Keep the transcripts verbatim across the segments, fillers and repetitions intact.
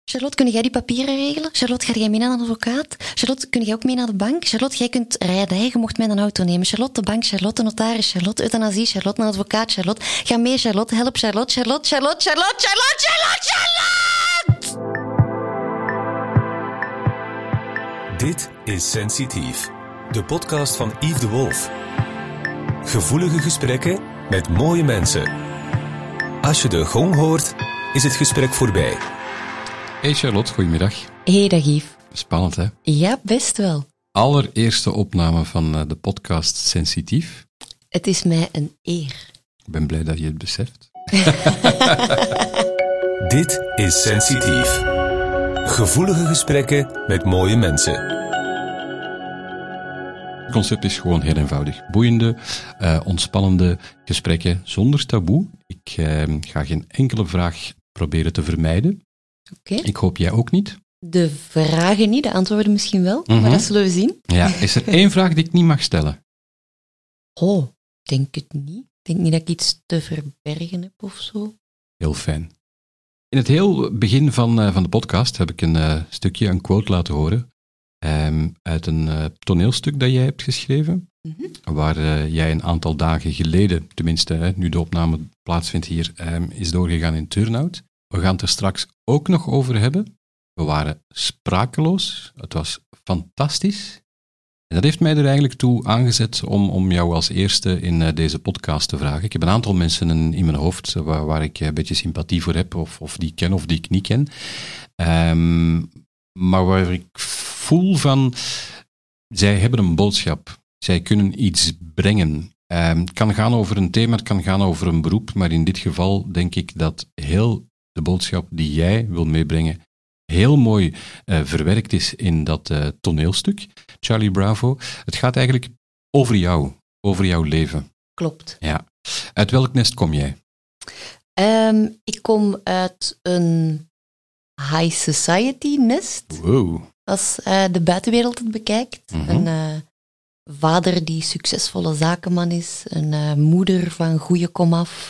Charlotte, kun jij die papieren regelen? Charlotte, ga jij mee naar een advocaat? Charlotte, kun jij ook mee naar de bank? Charlotte, jij kunt rijden, hè? Je mocht mij een auto nemen. Charlotte, de bank, Charlotte, de notaris, Charlotte, euthanasie, Charlotte, een advocaat, Charlotte. Ga mee, Charlotte, help, Charlotte, Charlotte, Charlotte, Charlotte, Charlotte, Charlotte, Charlotte! Dit is Sensitief, de podcast van Yves de Wolf. Gevoelige gesprekken met mooie mensen. Als je de gong hoort, is het gesprek voorbij. Hey Charlotte, goedemiddag. Hey, dag Yves. Spannend, hè? Ja, best wel. Allereerste opname van de podcast Sensitief. Het is mij een eer. Ik ben blij dat je het beseft. Dit is Sensitief. Gevoelige gesprekken met mooie mensen. Het concept is gewoon heel eenvoudig. Boeiende, uh, ontspannende gesprekken zonder taboe. Ik uh, ga geen enkele vraag proberen te vermijden. Okay. Ik hoop jij ook niet. De vragen niet, de antwoorden misschien wel, mm-hmm. Maar dat zullen we zien. Ja, is er één vraag die ik niet mag stellen? Oh, denk het niet. Ik denk niet dat ik iets te verbergen heb of zo. Heel fijn. In het heel begin van, uh, van de podcast heb ik een uh, stukje, een quote laten horen. Um, uit een uh, toneelstuk dat jij hebt geschreven. Mm-hmm. Waar uh, jij een aantal dagen geleden, tenminste, hè, nu de opname plaatsvindt hier, um, is doorgegaan in Turnhout. We gaan het er straks ook nog over hebben. We waren sprakeloos. Het was fantastisch. En dat heeft mij er eigenlijk toe aangezet om, om jou als eerste in uh, deze podcast te vragen. Ik heb een aantal mensen in, in mijn hoofd waar, waar ik een beetje sympathie voor heb, of, of die ik ken of die ik niet ken. Um, maar waar ik voel van, zij hebben een boodschap. Zij kunnen iets brengen. Um, het kan gaan over een thema, het kan gaan over een beroep, maar in dit geval denk ik dat heel de boodschap die jij wil meebrengen heel mooi uh, verwerkt is in dat uh, toneelstuk, Charlie Bravo. Het gaat eigenlijk over jou, over jouw leven. Klopt. Ja. Uit welk nest kom jij? Um, ik kom uit een high society nest. Wow. Als uh, de buitenwereld het bekijkt. Mm-hmm. Een uh, vader die succesvolle zakenman is. Een uh, moeder van goede komaf.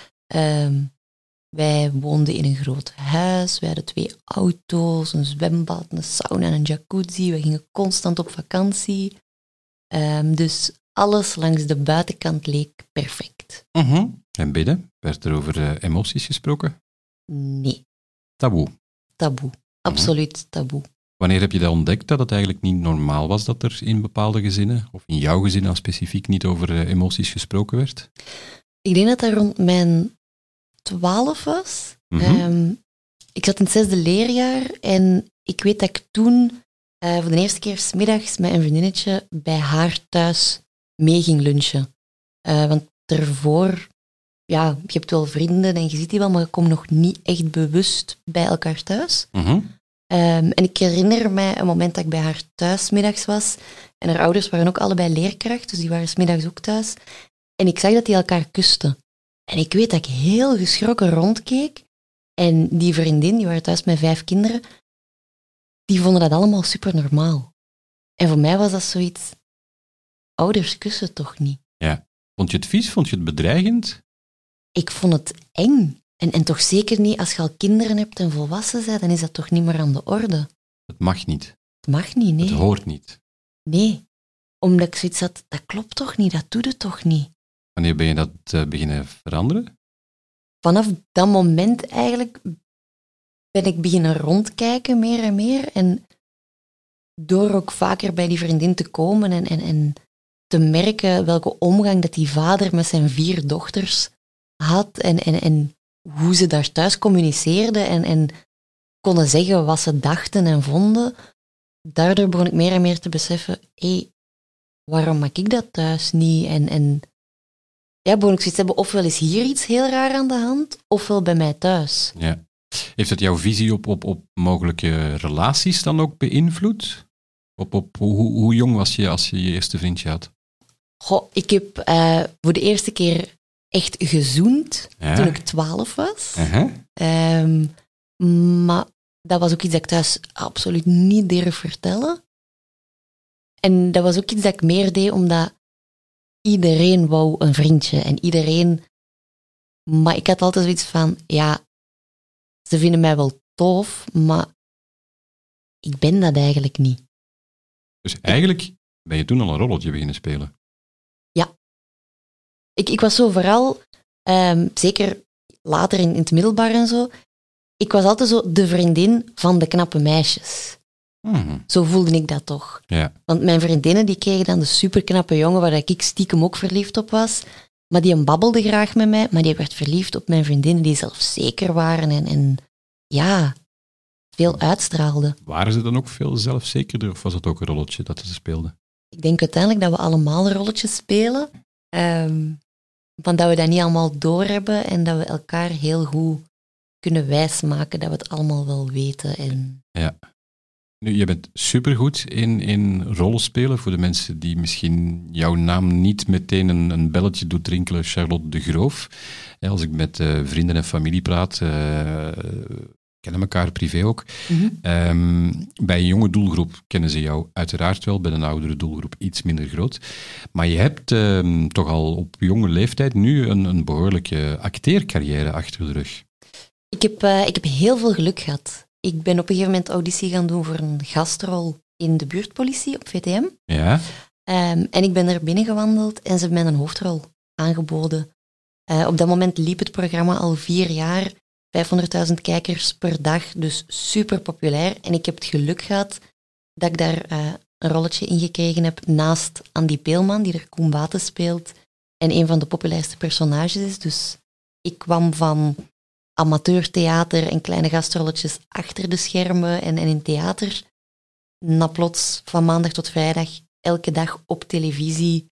Um, Wij woonden in een groot huis, wij hadden twee auto's, een zwembad, een sauna en een jacuzzi. We gingen constant op vakantie. Um, dus alles langs de buitenkant leek perfect. Mm-hmm. En binnen? Werd er over uh, emoties gesproken? Nee. Taboe? Taboe. Absoluut mm-hmm. taboe. Wanneer heb je dat ontdekt, dat het eigenlijk niet normaal was dat er in bepaalde gezinnen, of in jouw gezin al specifiek, niet over uh, emoties gesproken werd? Ik denk dat dat rond mijn twaalf was. Mm-hmm. Um, ik zat in het zesde leerjaar en ik weet dat ik toen uh, voor de eerste keer 's middags met een vriendinnetje bij haar thuis mee ging lunchen. Uh, want daarvoor, ja, je hebt wel vrienden en je ziet die wel, maar je komt nog niet echt bewust bij elkaar thuis. Mm-hmm. Um, en ik herinner mij een moment dat ik bij haar thuis 's middags was en haar ouders waren ook allebei leerkracht, dus die waren 's middags ook thuis. En ik zag dat die elkaar kusten. En ik weet dat ik heel geschrokken rondkeek. En die vriendin, die waren thuis met vijf kinderen, die vonden dat allemaal super normaal. En voor mij was dat zoiets, ouders kussen toch niet? Ja. Vond je het vies? Vond je het bedreigend? Ik vond het eng. En, en toch zeker niet, als je al kinderen hebt en volwassen bent, dan is dat toch niet meer aan de orde? Het mag niet. Het mag niet, nee. Het hoort niet. Nee. Omdat ik zoiets had, dat klopt toch niet, dat doet het toch niet? Wanneer ben je dat uh, beginnen veranderen? Vanaf dat moment eigenlijk ben ik beginnen rondkijken, meer en meer. En door ook vaker bij die vriendin te komen en, en, en te merken welke omgang dat die vader met zijn vier dochters had en, en, en hoe ze daar thuis communiceerden en, en konden zeggen wat ze dachten en vonden. Daardoor begon ik meer en meer te beseffen, hé, hey, waarom maak ik dat thuis niet? En... en ja, begon ik zoiets hebben, ofwel is hier iets heel raar aan de hand, ofwel bij mij thuis. Ja. Heeft het jouw visie op, op, op mogelijke relaties dan ook beïnvloed? Op, op, hoe, hoe jong was je als je je eerste vriendje had? Goh, ik heb uh, voor de eerste keer echt gezoend ja. toen ik twaalf was. Uh-huh. Um, maar dat was ook iets dat ik thuis absoluut niet durf vertellen. En dat was ook iets dat ik meer deed omdat iedereen wou een vriendje en iedereen... Maar ik had altijd zoiets van, ja, ze vinden mij wel tof, maar ik ben dat eigenlijk niet. Dus eigenlijk ben je toen al een rolletje beginnen spelen? Ja. Ik, ik was zo vooral, um, zeker later in, in het middelbaar en zo, ik was altijd zo de vriendin van de knappe meisjes. Hmm. Zo voelde ik dat toch. Ja. Want mijn vriendinnen die kregen dan de superknappe jongen waar ik stiekem ook verliefd op was. Maar die babbelde graag met mij, maar die werd verliefd op mijn vriendinnen die zelfzeker waren en, en ja, veel uitstraalden. Waren ze dan ook veel zelfzekerder of was het ook een rolletje dat ze speelden? Ik denk uiteindelijk dat we allemaal rolletjes spelen. Um, van dat we dat niet allemaal doorhebben en dat we elkaar heel goed kunnen wijsmaken dat we het allemaal wel weten. En... Ja. Nu, je bent supergoed in, in rollenspelen. Voor de mensen die misschien jouw naam niet meteen een, een belletje doet rinkelen, Charlotte de Groof. Als ik met uh, vrienden en familie praat, uh, kennen elkaar privé ook. Mm-hmm. Um, bij een jonge doelgroep kennen ze jou uiteraard wel, bij een oudere doelgroep iets minder groot. Maar je hebt uh, toch al op jonge leeftijd nu een, een behoorlijke acteercarrière achter de rug. Ik heb, uh, ik heb heel veel geluk gehad. Ik ben op een gegeven moment auditie gaan doen voor een gastrol in de buurtpolitie op V T M. Ja. Um, en ik ben er binnengewandeld en ze hebben mij een hoofdrol aangeboden. Uh, op dat moment liep het programma al vier jaar, vijfhonderdduizend kijkers per dag, dus super populair. En ik heb het geluk gehad dat ik daar uh, een rolletje in gekregen heb naast Andy Peelman, die er Koen Baten speelt en een van de populairste personages is. Dus ik kwam van amateurtheater en kleine gastrolletjes achter de schermen en, en in theater, na plots van maandag tot vrijdag elke dag op televisie,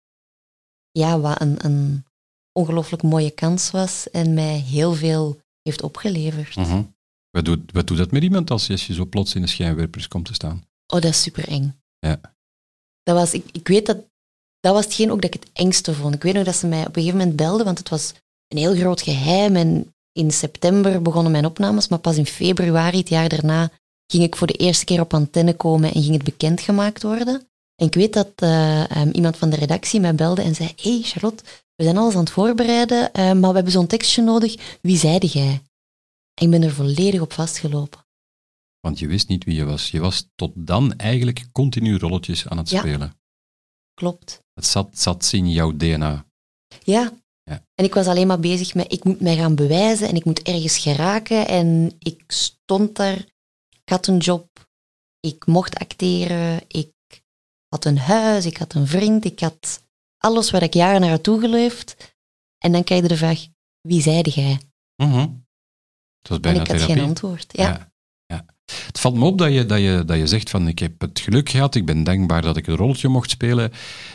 ja, wat een, een ongelooflijk mooie kans was en mij heel veel heeft opgeleverd. Mm-hmm. Wat doet, wat doet dat met iemand als je, als je zo plots in de schijnwerpers komt te staan? Oh, dat is super eng. Ja. Dat was, ik, ik weet dat, dat was hetgeen ook dat ik het engste vond. Ik weet nog dat ze mij op een gegeven moment belden, want het was een heel groot geheim en in september begonnen mijn opnames, maar pas in februari, het jaar daarna, ging ik voor de eerste keer op antenne komen en ging het bekendgemaakt worden. En ik weet dat uh, um, iemand van de redactie mij belde en zei: hey Charlotte, we zijn alles aan het voorbereiden, uh, maar we hebben zo'n tekstje nodig. Wie zeide jij? En ik ben er volledig op vastgelopen. Want je wist niet wie je was. Je was tot dan eigenlijk continu rolletjes aan het ja, spelen. Klopt. Het zat, zat in jouw D N A. Ja. ja. En ik was alleen maar bezig met, ik moet mij gaan bewijzen en ik moet ergens geraken. En ik stond daar, ik had een job, ik mocht acteren, ik had een huis, ik had een vriend, ik had alles waar ik jaren naar naartoe geleefd. En dan krijg je de vraag, wie zeide jij? Mm-hmm. Het was bijna en ik had therapie. geen antwoord. Ja. Ja, ja. Het valt me op dat je, dat, je, dat je zegt van ik heb het geluk gehad, ik ben dankbaar dat ik een rolletje mocht spelen.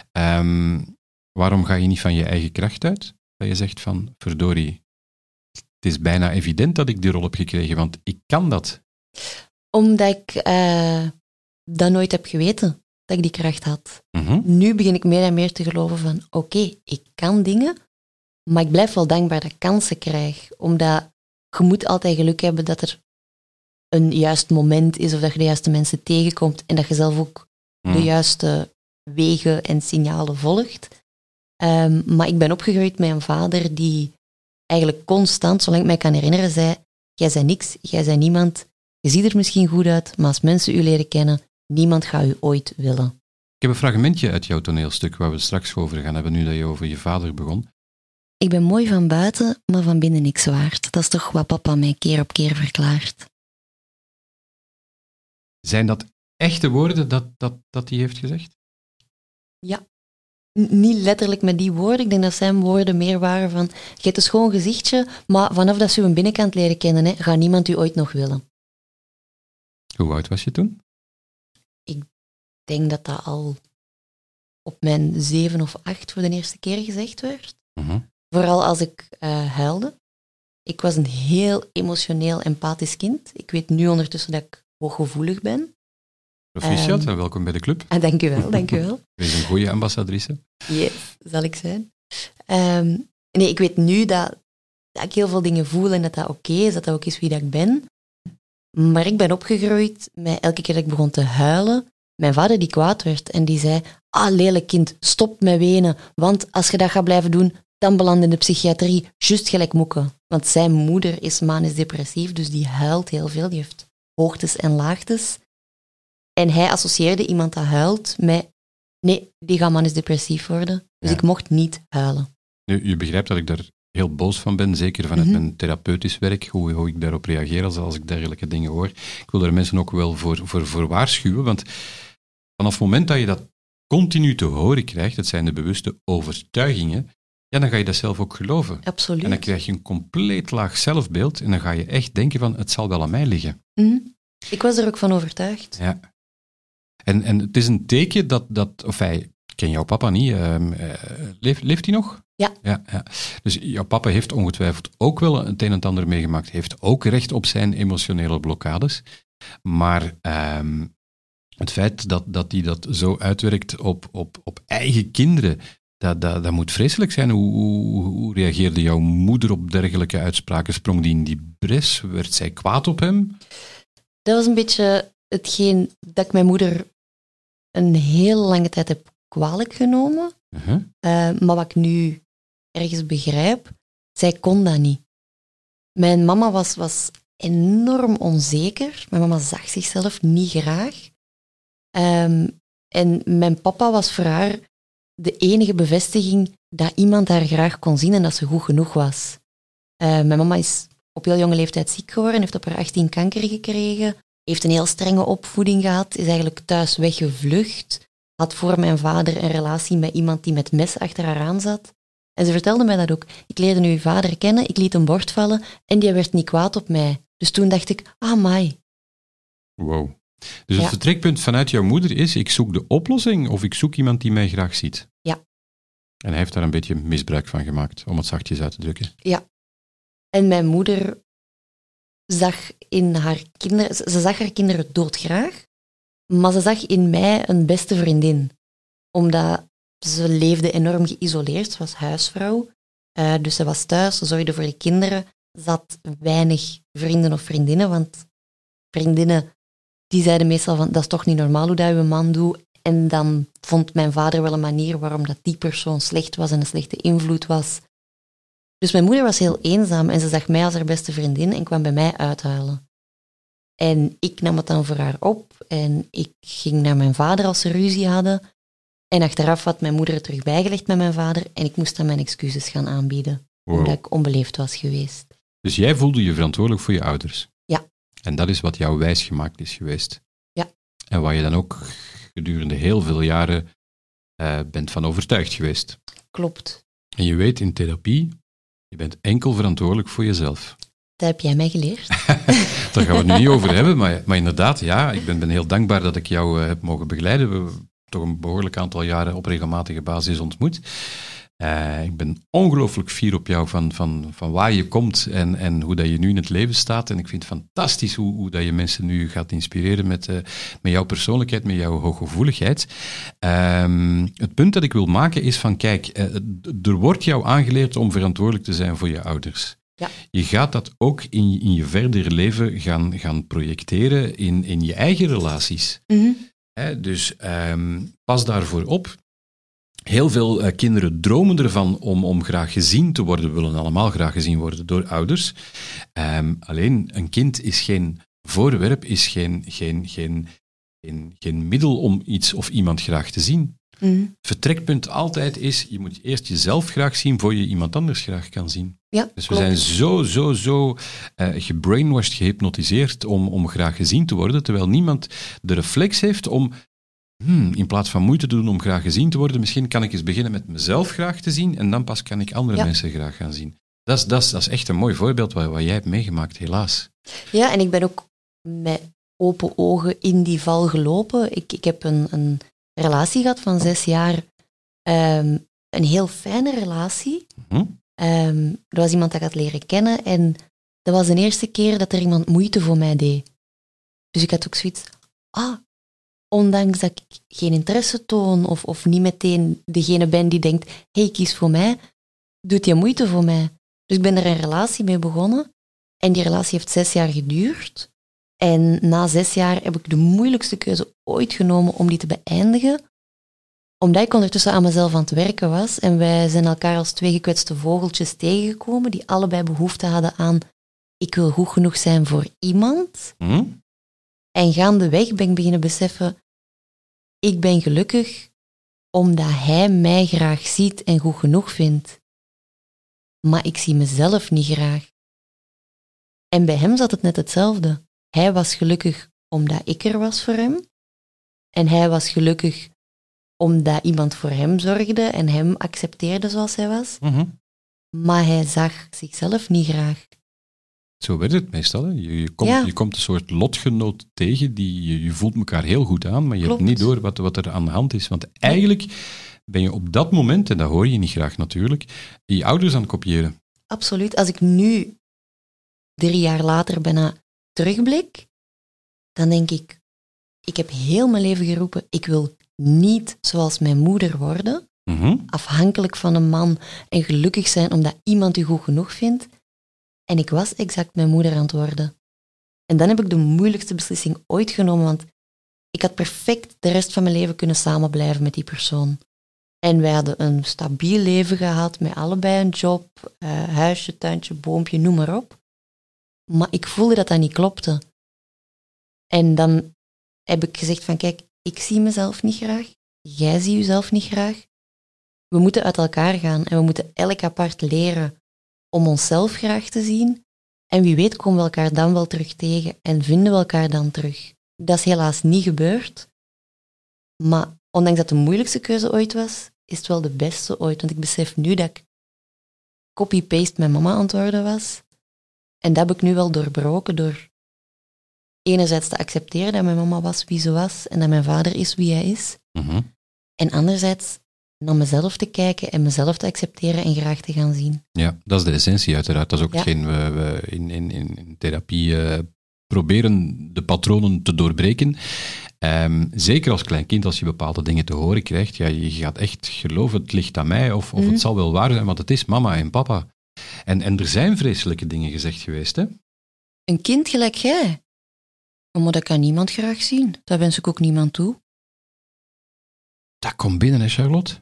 Um, waarom ga je niet van je eigen kracht uit? Dat je zegt van, verdorie, het is bijna evident dat ik die rol heb gekregen, want ik kan dat. Omdat ik uh, dat nooit heb geweten, dat ik die kracht had. Mm-hmm. Nu begin ik meer en meer te geloven van, oké, okay, ik kan dingen, maar ik blijf wel dankbaar dat ik kansen krijg. Omdat je moet altijd geluk hebben dat er een juist moment is of dat je de juiste mensen tegenkomt en dat je zelf ook mm. de juiste wegen en signalen volgt. Um, maar ik ben opgegroeid met een vader die eigenlijk constant, zolang ik mij kan herinneren, zei: jij bent niks, jij bent niemand, je ziet er misschien goed uit, maar als mensen u leren kennen, niemand gaat u ooit willen. Ik heb een fragmentje uit jouw toneelstuk waar we het straks over gaan hebben, nu dat je over je vader begon. Ik ben mooi van buiten, maar van binnen niks waard. Dat is toch wat papa mij keer op keer verklaart. Zijn dat echte woorden dat, dat, dat hij heeft gezegd? Ja. N- niet letterlijk met die woorden. Ik denk dat zijn woorden meer waren van, je hebt een schoon gezichtje, maar vanaf dat ze uw binnenkant leren kennen, hè, gaat niemand u ooit nog willen. Hoe oud was je toen? Ik denk dat dat al op mijn zeven of acht voor de eerste keer gezegd werd. Mm-hmm. Vooral als ik uh, huilde. Ik was een heel emotioneel, empathisch kind. Ik weet nu ondertussen dat ik hooggevoelig ben. Proficiat um, en welkom bij de club. Ah, dank u wel, dank u wel. Wees een goede ambassadrice. Yes, zal ik zijn. Um, nee, ik weet nu dat, dat ik heel veel dingen voel en dat dat oké is, dat dat ook is wie dat ik ben. Maar ik ben opgegroeid met elke keer dat ik begon te huilen, mijn vader die kwaad werd en die zei: ah, lelijk kind, stop met wenen, want als je dat gaat blijven doen, dan belandde in de psychiatrie, juist gelijk Moeke. Want zijn moeder is manisch depressief, dus die huilt heel veel. Die heeft hoogtes en laagtes. En hij associeerde iemand dat huilt met... Nee, die gaat manisch depressief worden. Dus Ja. ik mocht niet huilen. Nu, je begrijpt dat ik daar heel boos van ben, zeker vanuit Mhm. mijn therapeutisch werk, hoe, hoe ik daarop reageer als, als ik dergelijke dingen hoor. Ik wil daar mensen ook wel voor, voor, voor waarschuwen, want vanaf het moment dat je dat continu te horen krijgt, dat zijn de bewuste overtuigingen, ja, dan ga je dat zelf ook geloven. Absoluut. En dan krijg je een compleet laag zelfbeeld en dan ga je echt denken van, het zal wel aan mij liggen. Mhm. Ik was er ook van overtuigd. Ja. En, en het is een teken dat, dat of hij, ik ken jouw papa niet, um, uh, leeft, leeft hij nog? Ja. Ja, ja. Dus jouw papa heeft ongetwijfeld ook wel het een en het ander meegemaakt, heeft ook recht op zijn emotionele blokkades. Maar um, het feit dat, dat hij dat zo uitwerkt op, op, op eigen kinderen, dat, dat, dat moet vreselijk zijn. Hoe, hoe, hoe reageerde jouw moeder op dergelijke uitspraken? Sprong die in die bres? Werd zij kwaad op hem? Dat was een beetje hetgeen dat ik mijn moeder een heel lange tijd heb kwalijk genomen. Uh-huh. Uh, maar wat ik nu ergens begrijp, zij kon dat niet. Mijn mama was, was enorm onzeker. Mijn mama zag zichzelf niet graag. Um, en mijn papa was voor haar de enige bevestiging dat iemand haar graag kon zien en dat ze goed genoeg was. Uh, mijn mama is op heel jonge leeftijd ziek geworden, heeft op haar achttien kanker gekregen, heeft een heel strenge opvoeding gehad, is eigenlijk thuis weggevlucht, had voor mijn vader een relatie met iemand die met mes achter haar aan zat. En ze vertelde mij dat ook. Ik leerde nu uw vader kennen, ik liet een bord vallen en die werd niet kwaad op mij. Dus toen dacht ik, ah, mai. Wow. Dus Ja. het vertrekpunt vanuit jouw moeder is, ik zoek de oplossing of ik zoek iemand die mij graag ziet. Ja. En hij heeft daar een beetje misbruik van gemaakt, om het zachtjes uit te drukken. Ja. En mijn moeder zag in haar kinderen... Ze zag haar kinderen doodgraag, maar ze zag in mij een beste vriendin. Omdat ze leefde enorm geïsoleerd, ze was huisvrouw. Uh, dus ze was thuis, ze zorgde voor de kinderen. Ze had weinig vrienden of vriendinnen, want vriendinnen die zeiden meestal van, dat is toch niet normaal hoe dat je man doet. En dan vond mijn vader wel een manier waarom dat die persoon slecht was en een slechte invloed was. Dus mijn moeder was heel eenzaam en ze zag mij als haar beste vriendin en kwam bij mij uithalen. En ik nam het dan voor haar op en ik ging naar mijn vader als ze ruzie hadden. En achteraf had mijn moeder het terug bijgelegd met mijn vader en ik moest dan mijn excuses gaan aanbieden, Wow. omdat ik onbeleefd was geweest. Dus jij voelde je verantwoordelijk voor je ouders. Ja. En dat is wat jou wijs gemaakt is geweest. Ja. En waar je dan ook gedurende heel veel jaren uh, bent van overtuigd geweest. Klopt. En je weet in therapie, je bent enkel verantwoordelijk voor jezelf. Dat heb jij mij geleerd. Daar gaan we het nu niet over hebben, maar, maar inderdaad, ja, ik ben, ben heel dankbaar dat ik jou uh, heb mogen begeleiden. We hebben toch een behoorlijk aantal jaren op regelmatige basis ontmoet. Uh, ik ben ongelooflijk fier op jou van, van, van waar je komt en, en hoe dat je nu in het leven staat. En ik vind het fantastisch hoe, hoe dat je mensen nu gaat inspireren met, uh, met jouw persoonlijkheid, met jouw hooggevoeligheid. Um, het punt dat ik wil maken is van, kijk, uh, er wordt jou aangeleerd om verantwoordelijk te zijn voor je ouders. Ja. Je gaat dat ook in je, in je verdere leven gaan, gaan projecteren in, in je eigen relaties. Mm-hmm. He, dus um, pas daarvoor op. Heel veel uh, kinderen dromen ervan om, om graag gezien te worden. We willen allemaal graag gezien worden door ouders. Um, alleen, een kind is geen voorwerp, is geen, geen, geen, geen, geen middel om iets of iemand graag te zien. Mm-hmm. Het vertrekpunt altijd is, je moet eerst jezelf graag zien, voor je iemand anders graag kan zien. Ja, dus we klopt. zijn zo, zo, zo uh, gebrainwashed, gehypnotiseerd om, om graag gezien te worden, terwijl niemand de reflex heeft om, hmm, in plaats van moeite te doen om graag gezien te worden, misschien kan ik eens beginnen met mezelf graag te zien en dan pas kan ik andere ja. mensen graag gaan zien. Dat is, dat is, dat is echt een mooi voorbeeld wat, wat jij hebt meegemaakt, helaas. Ja, en ik ben ook met open ogen in die val gelopen. Ik, ik heb een, een relatie gehad van zes jaar. Um, een heel fijne relatie. Hm? Um, er was iemand dat ik had leren kennen en dat was de eerste keer dat er iemand moeite voor mij deed. Dus ik had ook zoiets, ah, ondanks dat ik geen interesse toon of, of niet meteen degene ben die denkt, hé, hey, kies voor mij, doet je moeite voor mij. Dus ik ben er een relatie mee begonnen en die relatie heeft zes jaar geduurd. En na zes jaar heb ik de moeilijkste keuze ooit genomen om die te beëindigen, Omdat ik ondertussen aan mezelf aan het werken was en wij zijn elkaar als twee gekwetste vogeltjes tegengekomen die allebei behoefte hadden aan ik wil goed genoeg zijn voor iemand. Hm? En gaandeweg ben ik beginnen beseffen, ik ben gelukkig omdat hij mij graag ziet en goed genoeg vindt. Maar ik zie mezelf niet graag. En bij hem zat het net hetzelfde. Hij was gelukkig omdat ik er was voor hem. En hij was gelukkig omdat iemand voor hem zorgde en hem accepteerde zoals hij was. Mm-hmm. Maar hij zag zichzelf niet graag. Zo werd het meestal. Hè? Je, je, komt, Ja. je komt een soort lotgenoot tegen, die, je, je voelt elkaar heel goed aan, maar je Klopt. hebt niet door wat, wat er aan de hand is. Want eigenlijk ben je op dat moment, en dat hoor je niet graag natuurlijk, je ouders aan het kopiëren. Absoluut. Als ik nu, drie jaar later, bijna terugblik, dan denk ik, ik heb heel mijn leven geroepen, ik wil niet zoals mijn moeder worden, Mm-hmm. afhankelijk van een man en gelukkig zijn omdat iemand u goed genoeg vindt. En ik was exact mijn moeder aan het worden. En dan heb ik de moeilijkste beslissing ooit genomen, want ik had perfect de rest van mijn leven kunnen samen blijven met die persoon. En wij hadden een stabiel leven gehad, met allebei een job, uh, huisje, tuintje, boompje, noem maar op. Maar ik voelde dat dat niet klopte. En dan heb ik gezegd van, kijk, ik zie mezelf niet graag, jij ziet jezelf niet graag. We moeten uit elkaar gaan en we moeten elk apart leren om onszelf graag te zien. En wie weet komen we elkaar dan wel terug tegen en vinden we elkaar dan terug. Dat is helaas niet gebeurd. Maar ondanks dat de moeilijkste keuze ooit was, is het wel de beste ooit. Want ik besef nu dat ik copy-paste mijn mama aan het worden was. En dat heb ik nu wel doorbroken door enerzijds te accepteren dat mijn mama was wie ze was en dat mijn vader is wie hij is. Mm-hmm. En anderzijds naar mezelf te kijken en mezelf te accepteren en graag te gaan zien. Ja, dat is de essentie uiteraard. Dat is ook Ja. hetgeen we, we in, in, in, in therapie uh, proberen de patronen te doorbreken. Um, zeker als klein kind, als je bepaalde dingen te horen krijgt, ja, je gaat echt geloven, het ligt aan mij, of, of Mm. het zal wel waar zijn, want het is mama en papa. En, en er zijn vreselijke dingen gezegd geweest, hè? Een kind gelijk jij. Maar dat kan niemand graag zien. Dat wens ik ook niemand toe. Dat komt binnen, hè, Charlotte?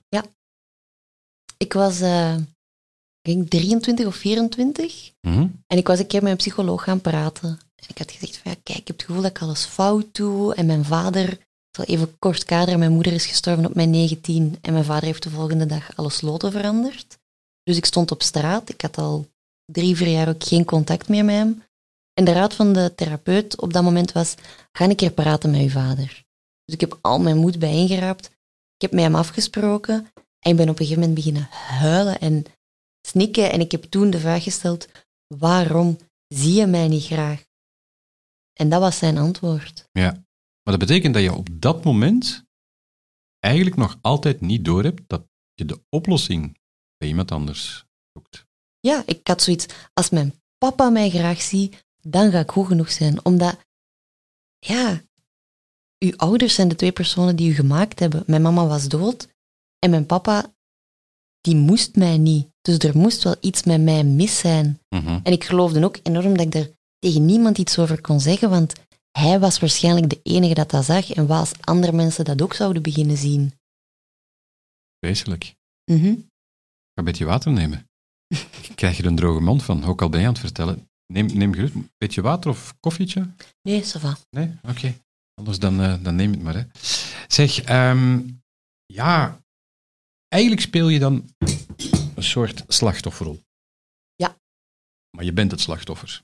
Ik was uh, ik denk drieëntwintig of vierentwintig Mm-hmm. en ik was een keer met een psycholoog gaan praten. En ik had gezegd van, ja, kijk, ik heb het gevoel dat ik alles fout doe. En mijn vader, ik zal even kort kaderen, mijn moeder is gestorven op mijn negentien en mijn vader heeft de volgende dag alle sloten veranderd. Dus ik stond op straat, ik had al drie, vier jaar ook geen contact meer met hem. En de raad van de therapeut op dat moment was, ga een keer praten met je vader. Dus ik heb al mijn moed bijeengeraapt. Ik heb met hem afgesproken en ik ben op een gegeven moment beginnen huilen en snikken. En ik heb toen de vraag gesteld, waarom zie je mij niet graag? En dat was zijn antwoord. Ja, maar dat betekent dat je op dat moment eigenlijk nog altijd niet doorhebt dat je de oplossing bij iemand anders zoekt. Ja, ik had zoiets, als mijn papa mij graag ziet, dan ga ik goed genoeg zijn. Omdat, ja, uw ouders zijn de twee personen die u gemaakt hebben. Mijn mama was dood en mijn papa, die moest mij niet. Dus er moest wel iets met mij mis zijn. Mm-hmm. En ik geloofde ook enorm dat ik er tegen niemand iets over kon zeggen, want hij was waarschijnlijk de enige dat dat zag en wat als andere mensen dat ook zouden beginnen zien. Vreselijk. Mm-hmm. Ga een beetje water nemen. Krijg je er een droge mond van, ook al ben je aan het vertellen. Neem, neem gerust een beetje water of koffietje? Nee, ça va. Nee? Oké. Okay. Anders dan, uh, dan neem het maar. Hè. Zeg, um, ja, eigenlijk speel je dan een soort slachtofferrol. Ja. Maar je bent het slachtoffer.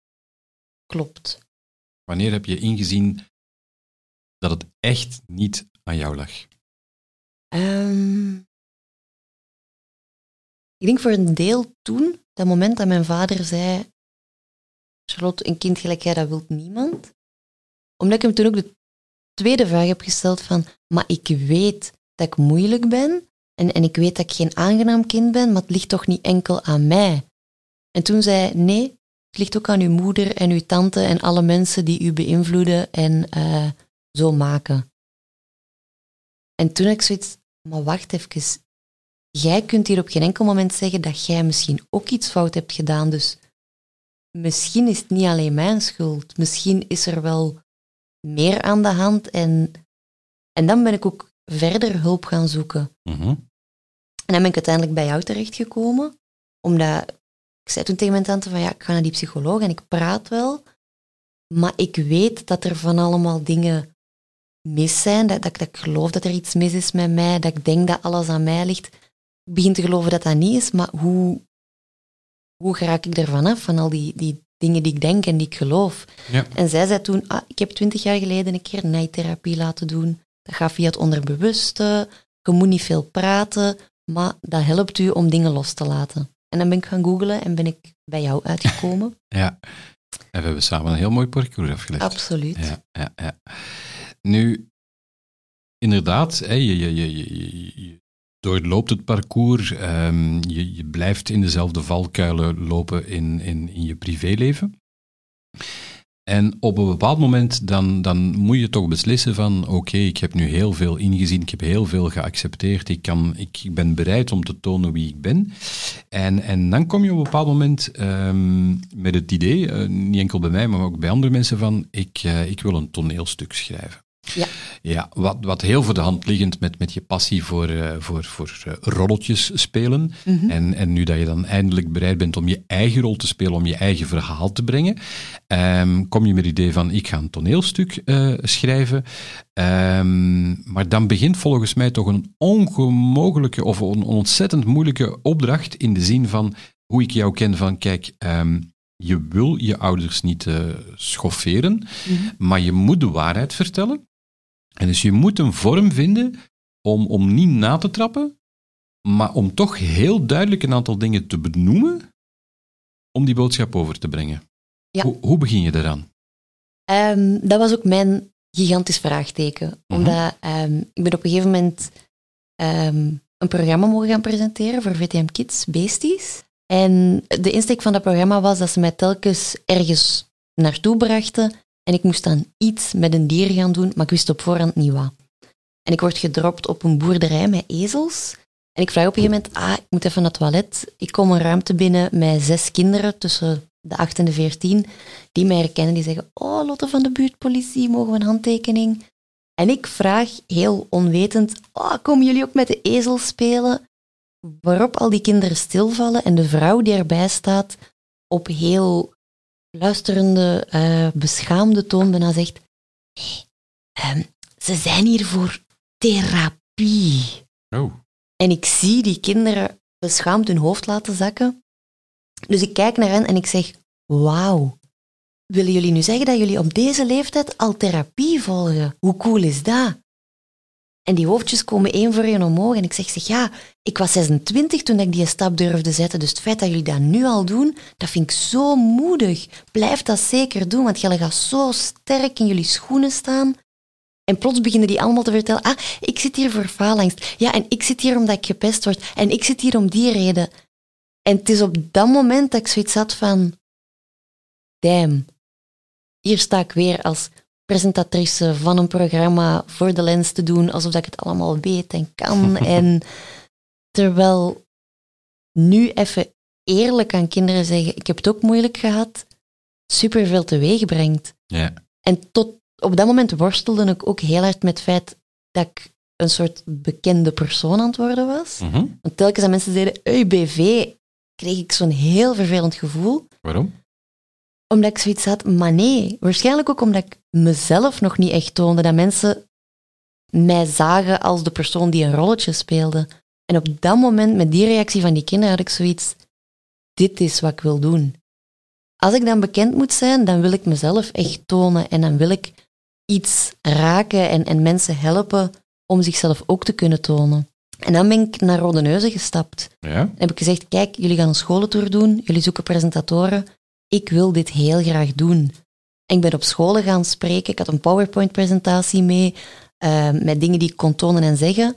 Klopt. Wanneer heb je ingezien dat het echt niet aan jou lag? Um, ik denk voor een deel toen, dat moment dat mijn vader zei, Charlotte, een kind gelijk jij, dat wil niemand. Omdat ik hem toen ook de tweede vraag heb gesteld van, maar ik weet dat ik moeilijk ben en, en ik weet dat ik geen aangenaam kind ben, maar het ligt toch niet enkel aan mij. En toen zei hij, nee, het ligt ook aan uw moeder en uw tante en alle mensen die u beïnvloeden en uh, zo maken. En toen heb ik zoiets, maar wacht even, jij kunt hier op geen enkel moment zeggen dat jij misschien ook iets fout hebt gedaan, dus misschien is het niet alleen mijn schuld, misschien is er wel meer aan de hand. En, en dan ben ik ook verder hulp gaan zoeken. Mhm. En dan ben ik uiteindelijk bij jou terechtgekomen, omdat ik zei toen tegen mijn tante van ja, ik ga naar die psycholoog en ik praat wel, maar ik weet dat er van allemaal dingen mis zijn, dat, dat, dat ik geloof dat er iets mis is met mij, dat ik denk dat alles aan mij ligt. Ik begin te geloven dat dat niet is, maar hoe, hoe raak ik ervan af, van al die, die dingen die ik denk en die ik geloof? Ja. En zij zei toen, ah, ik heb twintig jaar geleden een keer nijtherapie laten doen. Dat gaat via het onderbewuste, je moet niet veel praten, maar dat helpt u om dingen los te laten. En dan ben ik gaan googlen en ben ik bij jou uitgekomen. Ja, en we hebben samen een heel mooi parcours afgelegd. Absoluut. Ja, ja, ja. Nu, inderdaad, hè, je, je, je, je, je doorloopt het parcours, um, je, je blijft in dezelfde valkuilen lopen in, in, in je privéleven. En op een bepaald moment dan, dan moet je toch beslissen van oké, okay, ik heb nu heel veel ingezien, ik heb heel veel geaccepteerd, ik, kan, ik, ik ben bereid om te tonen wie ik ben. En, en dan kom je op een bepaald moment um, met het idee, uh, niet enkel bij mij, maar ook bij andere mensen, van ik, uh, ik wil een toneelstuk schrijven. Ja. Ja, wat, wat heel voor de hand liggend met, met je passie voor, uh, voor, voor uh, rolletjes spelen. Mm-hmm. En, en nu dat je dan eindelijk bereid bent om je eigen rol te spelen, om je eigen verhaal te brengen, um, kom je met het idee van ik ga een toneelstuk uh, schrijven. Um, maar dan begint volgens mij toch een ongemogelijke of een ontzettend moeilijke opdracht in de zin van hoe ik jou ken van kijk, um, je wil je ouders niet uh, schofferen, mm-hmm. maar je moet de waarheid vertellen. En dus je moet een vorm vinden om, om niet na te trappen, maar om toch heel duidelijk een aantal dingen te benoemen om die boodschap over te brengen. Ja. Hoe, hoe begin je daaraan? Um, dat was ook mijn gigantisch vraagteken. Mhm. Omdat um, ik ben op een gegeven moment um, een programma mogen gaan presenteren voor V T M Kids, Beasties. En de insteek van dat programma was dat ze mij telkens ergens naartoe brachten en ik moest dan iets met een dier gaan doen, maar ik wist op voorhand niet wat. En ik word gedropt op een boerderij met ezels. En ik vraag op een gegeven moment, ah, ik moet even naar het toilet. Ik kom een ruimte binnen met zes kinderen tussen de acht en de veertien, die mij herkennen, die zeggen, oh, Lotte van de buurtpolitie, mogen we een handtekening? En ik vraag, heel onwetend, oh, komen jullie ook met de ezels spelen? Waarop al die kinderen stilvallen en de vrouw die erbij staat op heel luisterende, uh, beschaamde toon bijna zegt, hey, um, ze zijn hier voor therapie. Oh. En ik zie die kinderen beschaamd hun hoofd laten zakken. Dus ik kijk naar hen en ik zeg, wauw, willen jullie nu zeggen dat jullie op deze leeftijd al therapie volgen? Hoe cool is dat? En die hoofdjes komen één voor één omhoog en ik zeg, zeg ja, ik was zesentwintig toen ik die stap durfde zetten, dus het feit dat jullie dat nu al doen, dat vind ik zo moedig. Blijf dat zeker doen, want jullie gaan zo sterk in jullie schoenen staan. En plots beginnen die allemaal te vertellen, ah, ik zit hier voor faalangst. Ja, en ik zit hier omdat ik gepest word. En ik zit hier om die reden. En het is op dat moment dat ik zoiets had van, damn, hier sta ik weer als presentatrice van een programma voor de lens te doen, alsof ik het allemaal weet en kan. En terwijl nu even eerlijk aan kinderen zeggen, ik heb het ook moeilijk gehad, superveel teweeg brengt. Ja. En tot op dat moment worstelde ik ook heel hard met het feit dat ik een soort bekende persoon aan het worden was. Mm-hmm. Want telkens dat mensen zeiden, hey, B V, kreeg ik zo'n heel vervelend gevoel. Waarom? Omdat ik zoiets had, maar nee, waarschijnlijk ook omdat ik mezelf nog niet echt toonde, dat mensen mij zagen als de persoon die een rolletje speelde. En op dat moment, met die reactie van die kinderen, had ik zoiets, dit is wat ik wil doen. Als ik dan bekend moet zijn, dan wil ik mezelf echt tonen en dan wil ik iets raken en, en mensen helpen om zichzelf ook te kunnen tonen. En dan ben ik naar Rodeneuzen gestapt. Ja? En heb ik gezegd, kijk, jullie gaan een scholentour doen, jullie zoeken presentatoren, ik wil dit heel graag doen. En ik ben op scholen gaan spreken, ik had een PowerPoint-presentatie mee, uh, met dingen die ik kon tonen en zeggen.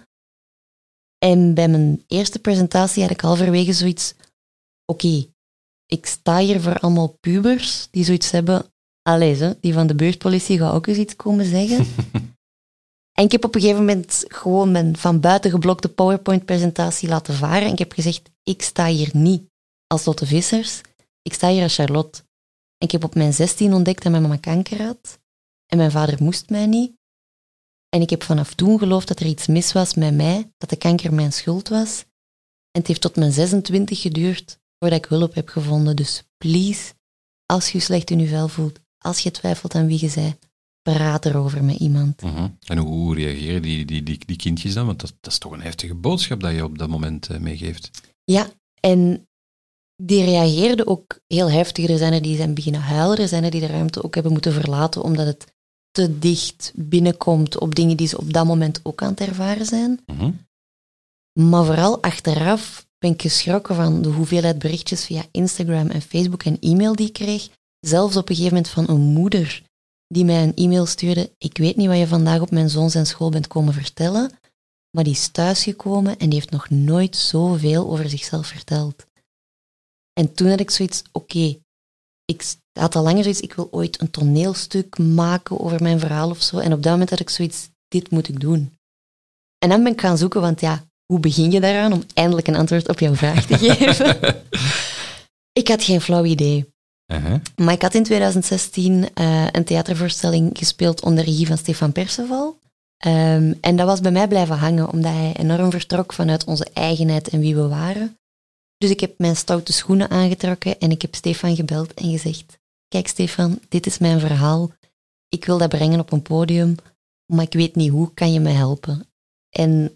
En bij mijn eerste presentatie had ik halverwege zoiets, oké, okay, ik sta hier voor allemaal pubers die zoiets hebben, allee, ze, die van de buurtpolitie gaat ook eens iets komen zeggen. En ik heb op een gegeven moment gewoon mijn van buiten geblokte PowerPoint-presentatie laten varen en ik heb gezegd, ik sta hier niet als Lotte Vissers, ik sta hier als Charlotte. En ik heb op mijn zestien ontdekt dat mijn mama kanker had en mijn vader moest mij niet. En ik heb vanaf toen geloofd dat er iets mis was met mij, dat de kanker mijn schuld was. En het heeft tot mijn zesentwintig geduurd voordat ik hulp heb gevonden. Dus please, als je je slecht in je vel voelt, als je twijfelt aan wie je bent, praat erover met iemand. Uh-huh. En hoe, hoe reageren die, die, die, die kindjes dan? Want dat, dat is toch een heftige boodschap dat je op dat moment uh, meegeeft. Ja, en die reageerden ook heel heftig. Er zijn er die zijn beginnen huilen, er zijn er die de ruimte ook hebben moeten verlaten, omdat het te dicht binnenkomt op dingen die ze op dat moment ook aan het ervaren zijn. Uh-huh. Maar vooral achteraf ben ik geschrokken van de hoeveelheid berichtjes via Instagram en Facebook en e-mail die ik kreeg. Zelfs op een gegeven moment van een moeder die mij een e-mail stuurde. Ik weet niet wat je vandaag op mijn zoon zijn school bent komen vertellen, maar die is thuisgekomen en die heeft nog nooit zoveel over zichzelf verteld. En toen had ik zoiets, oké, okay, ik had al langer zoiets, ik wil ooit een toneelstuk maken over mijn verhaal of zo. En op dat moment had ik zoiets, dit moet ik doen. En dan ben ik gaan zoeken, want ja, hoe begin je daaraan om eindelijk een antwoord op jouw vraag te geven? Ik had geen flauw idee. Uh-huh. Maar ik had in twintig zestien uh, een theatervoorstelling gespeeld onder regie van Stefan Perceval. Um, en dat was bij mij blijven hangen, omdat hij enorm vertrok vanuit onze eigenheid en wie we waren. Dus ik heb mijn stoute schoenen aangetrokken en ik heb Stefan gebeld en gezegd, kijk Stefan, dit is mijn verhaal. Ik wil dat brengen op een podium, maar ik weet niet hoe, kan je me helpen? En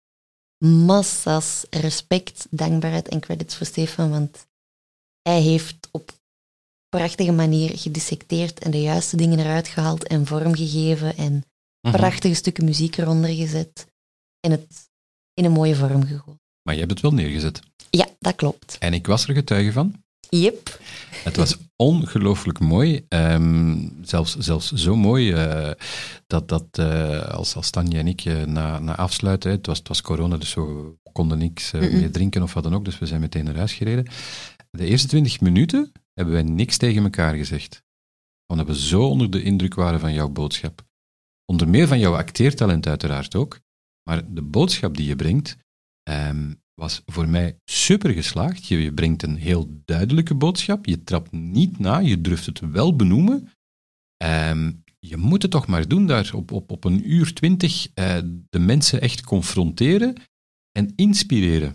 massa's respect, dankbaarheid en credits voor Stefan, want hij heeft op prachtige manier gedissecteerd en de juiste dingen eruit gehaald en vormgegeven en mm-hmm. prachtige stukken muziek eronder gezet en het in een mooie vorm gegooid. Maar je hebt het wel neergezet. Ja, dat klopt. En ik was er getuige van. Yep. Het was ongelooflijk mooi. Um, zelfs, zelfs zo mooi uh, dat, dat uh, als, als Tanja en ik uh, na, na afsluiten, het was, het was corona, dus we konden niks uh, meer drinken of wat dan ook, dus we zijn meteen naar huis gereden. De eerste twintig minuten hebben wij niks tegen elkaar gezegd. Omdat we zo onder de indruk waren van jouw boodschap. Onder meer van jouw acteertalent uiteraard ook. Maar de boodschap die je brengt, um, was voor mij super geslaagd. Je, je brengt een heel duidelijke boodschap. Je trapt niet na, je durft het wel benoemen. Um, je moet het toch maar doen daar op, op, op een uur twintig uh, de mensen echt confronteren en inspireren.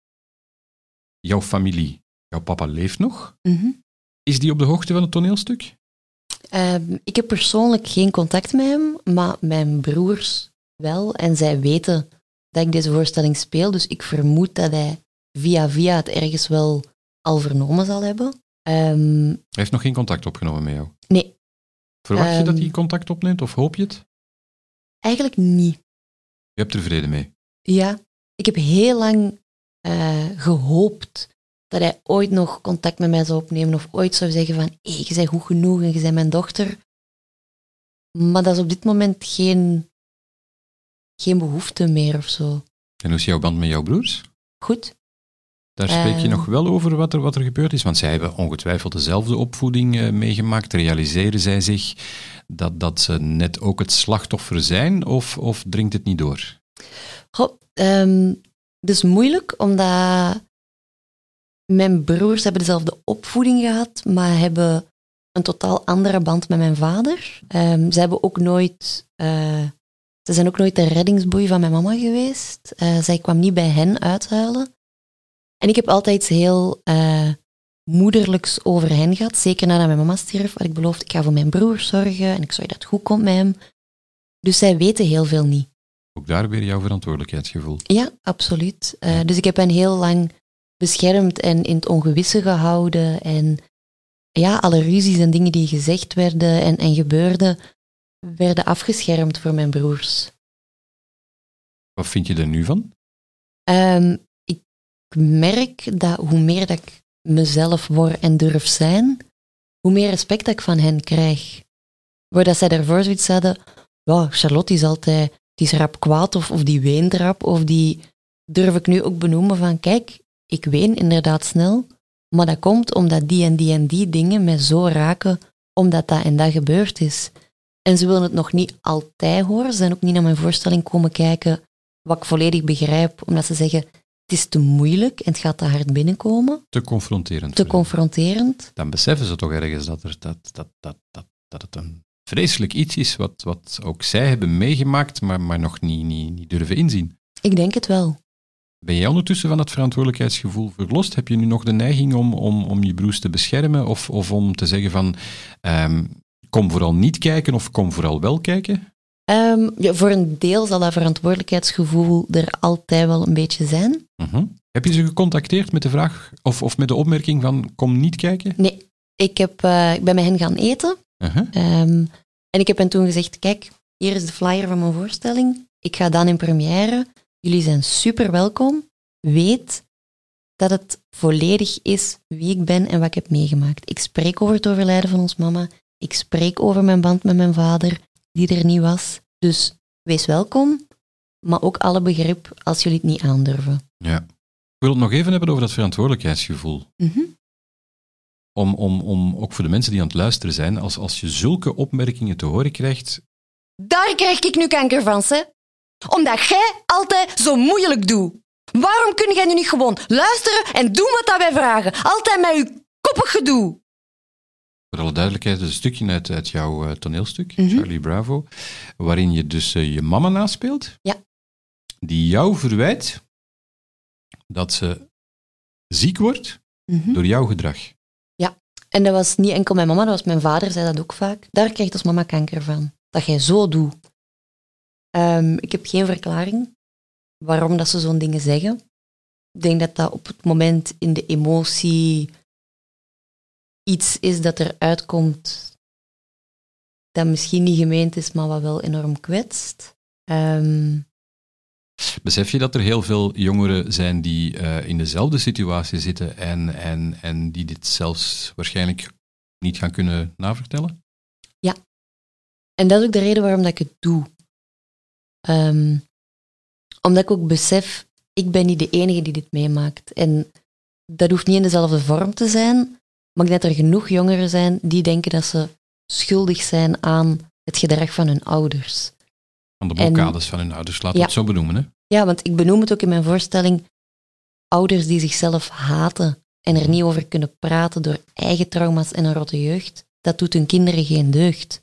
Jouw familie, jouw papa leeft nog. Mm-hmm. Is die op de hoogte van het toneelstuk? Um, ik heb persoonlijk geen contact met hem, maar mijn broers wel. En zij weten dat ik deze voorstelling speel, dus ik vermoed dat hij via via het ergens wel al vernomen zal hebben. Um, hij heeft nog geen contact opgenomen met jou? Nee. Verwacht je um, dat hij contact opneemt, of hoop je het? Eigenlijk niet. Je hebt er vrede mee? Ja. Ik heb heel lang uh, gehoopt dat hij ooit nog contact met mij zou opnemen of ooit zou zeggen van hé, hey, je bent goed genoeg en je bent mijn dochter. Maar dat is op dit moment geen, geen behoefte meer of zo. En hoe is jouw band met jouw broers? Goed. Daar spreek je uh, nog wel over wat er, wat er gebeurd is, want zij hebben ongetwijfeld dezelfde opvoeding uh, meegemaakt. Realiseren zij zich dat, dat ze net ook het slachtoffer zijn, of, of dringt het niet door? Goh, um, het is moeilijk, omdat mijn broers hebben dezelfde opvoeding gehad, maar hebben een totaal andere band met mijn vader. Um, ze hebben ook nooit... Uh, ze zijn ook nooit de reddingsboei van mijn mama geweest. Uh, zij kwam niet bij hen uithuilen. En ik heb altijd iets heel uh, moederlijks over hen gehad. Zeker nadat mijn mama stierf, had ik beloofd, ik ga voor mijn broer zorgen en ik zorg dat het goed komt met hem. Dus zij weten heel veel niet. Ook daar weer jouw verantwoordelijkheidsgevoel. Ja, absoluut. Uh, dus ik heb hen heel lang beschermd en in het ongewisse gehouden. En ja, alle ruzies en dingen die gezegd werden en, en gebeurden, werden afgeschermd voor mijn broers. Wat vind je er nu van? Um, ik merk dat hoe meer dat ik mezelf word en durf zijn, hoe meer respect dat ik van hen krijg. Voordat zij daarvoor zoiets hadden, ja, Charlotte is altijd, die is rap kwaad of, of die weent rap, of die durf ik nu ook benoemen van, kijk, ik ween inderdaad snel, maar dat komt omdat die en die en die dingen mij zo raken, omdat dat en dat gebeurd is. En ze willen het nog niet altijd horen, ze zijn ook niet naar mijn voorstelling komen kijken, wat ik volledig begrijp, omdat ze zeggen, het is te moeilijk en het gaat te hard binnenkomen. Te confronterend. Te confronterend. Dan beseffen ze toch ergens dat, er, dat, dat, dat, dat, dat het een vreselijk iets is wat, wat ook zij hebben meegemaakt, maar, maar nog niet, niet, niet durven inzien. Ik denk het wel. Ben jij ondertussen van dat verantwoordelijkheidsgevoel verlost? Heb je nu nog de neiging om, om, om je broers te beschermen of, of om te zeggen van um, kom vooral niet kijken of kom vooral wel kijken? Um, ja, voor een deel zal dat verantwoordelijkheidsgevoel er altijd wel een beetje zijn. Uh-huh. Heb je ze gecontacteerd met de vraag of, of met de opmerking van kom niet kijken? Nee, ik, heb, uh, ik ben met hen gaan eten. Uh-huh. Um, en ik heb hen toen gezegd, kijk, hier is de flyer van mijn voorstelling. Ik ga dan in première. Jullie zijn super welkom. Weet dat het volledig is wie ik ben en wat ik heb meegemaakt. Ik spreek over het overlijden van ons mama. Ik spreek over mijn band met mijn vader, die er niet was. Dus wees welkom, maar ook alle begrip als jullie het niet aandurven. Ja. Ik wil het nog even hebben over dat verantwoordelijkheidsgevoel. Mm-hmm. Om, om, om, ook voor de mensen die aan het luisteren zijn, als, als je zulke opmerkingen te horen krijgt... Daar krijg ik nu kanker van, hè? Omdat jij altijd zo moeilijk doet. Waarom kun jij nu niet gewoon luisteren en doen wat dat wij vragen? Altijd met je koppig gedoe. Voor alle duidelijkheid, een stukje uit, uit jouw uh, toneelstuk, mm-hmm. Charlie Bravo, waarin je dus uh, je mama naspeelt, ja. die jou verwijt dat ze ziek wordt mm-hmm. door jouw gedrag. Ja, en dat was niet enkel mijn mama, dat was mijn vader, zei dat ook vaak. Daar krijgt ons mama kanker van, dat jij zo doet. Um, ik heb geen verklaring waarom dat ze zo'n dingen zeggen. Ik denk dat dat op het moment in de emotie iets is dat er uitkomt dat misschien niet gemeend is, maar wat wel enorm kwetst. Um... Besef je dat er heel veel jongeren zijn die uh, in dezelfde situatie zitten en, en, en die dit zelfs waarschijnlijk niet gaan kunnen navertellen? Ja. En dat is ook de reden waarom dat ik het doe. Um, omdat ik ook besef, ik ben niet de enige die dit meemaakt. En dat hoeft niet in dezelfde vorm te zijn, maar ik denk dat er genoeg jongeren zijn die denken dat ze schuldig zijn aan het gedrag van hun ouders. Aan de blokkades en, van hun ouders, laten we ja, het zo benoemen. Hè? Ja, want ik benoem het ook in mijn voorstelling. Ouders die zichzelf haten en er niet over kunnen praten door eigen trauma's en een rotte jeugd, dat doet hun kinderen geen deugd.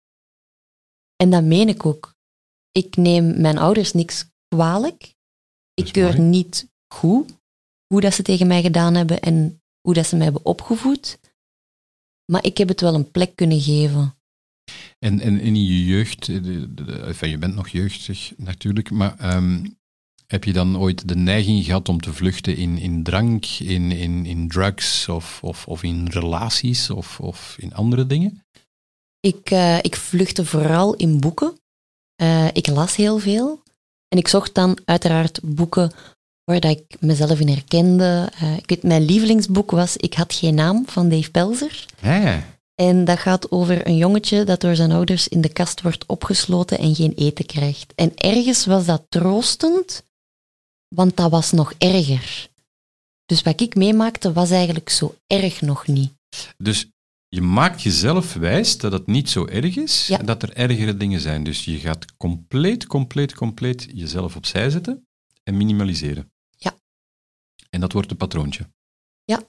En dat meen ik ook. Ik neem mijn ouders niks kwalijk. Ik keur mooi. Niet goed hoe dat ze tegen mij gedaan hebben en hoe dat ze mij hebben opgevoed. Maar ik heb het wel een plek kunnen geven. En, en in je jeugd, de, de, de, enfin, je bent nog jeugdig natuurlijk, maar um, heb je dan ooit de neiging gehad om te vluchten in, in drank, in, in, in drugs of, of, of in relaties of, of in andere dingen? Ik, uh, ik vluchtte vooral in boeken. Uh, ik las heel veel. En ik zocht dan uiteraard boeken waar dat ik mezelf in herkende. Uh, ik weet, mijn lievelingsboek was Ik had geen naam, van Dave Pelzer. Hey. En dat gaat over een jongetje dat door zijn ouders in de kast wordt opgesloten en geen eten krijgt. En ergens was dat troostend, want dat was nog erger. Dus wat ik meemaakte was eigenlijk zo erg nog niet. Dus je maakt jezelf wijs dat het niet zo erg is ja. en dat er ergere dingen zijn. Dus je gaat compleet, compleet, compleet jezelf opzij zetten en minimaliseren. Ja. En dat wordt een patroontje. Ja.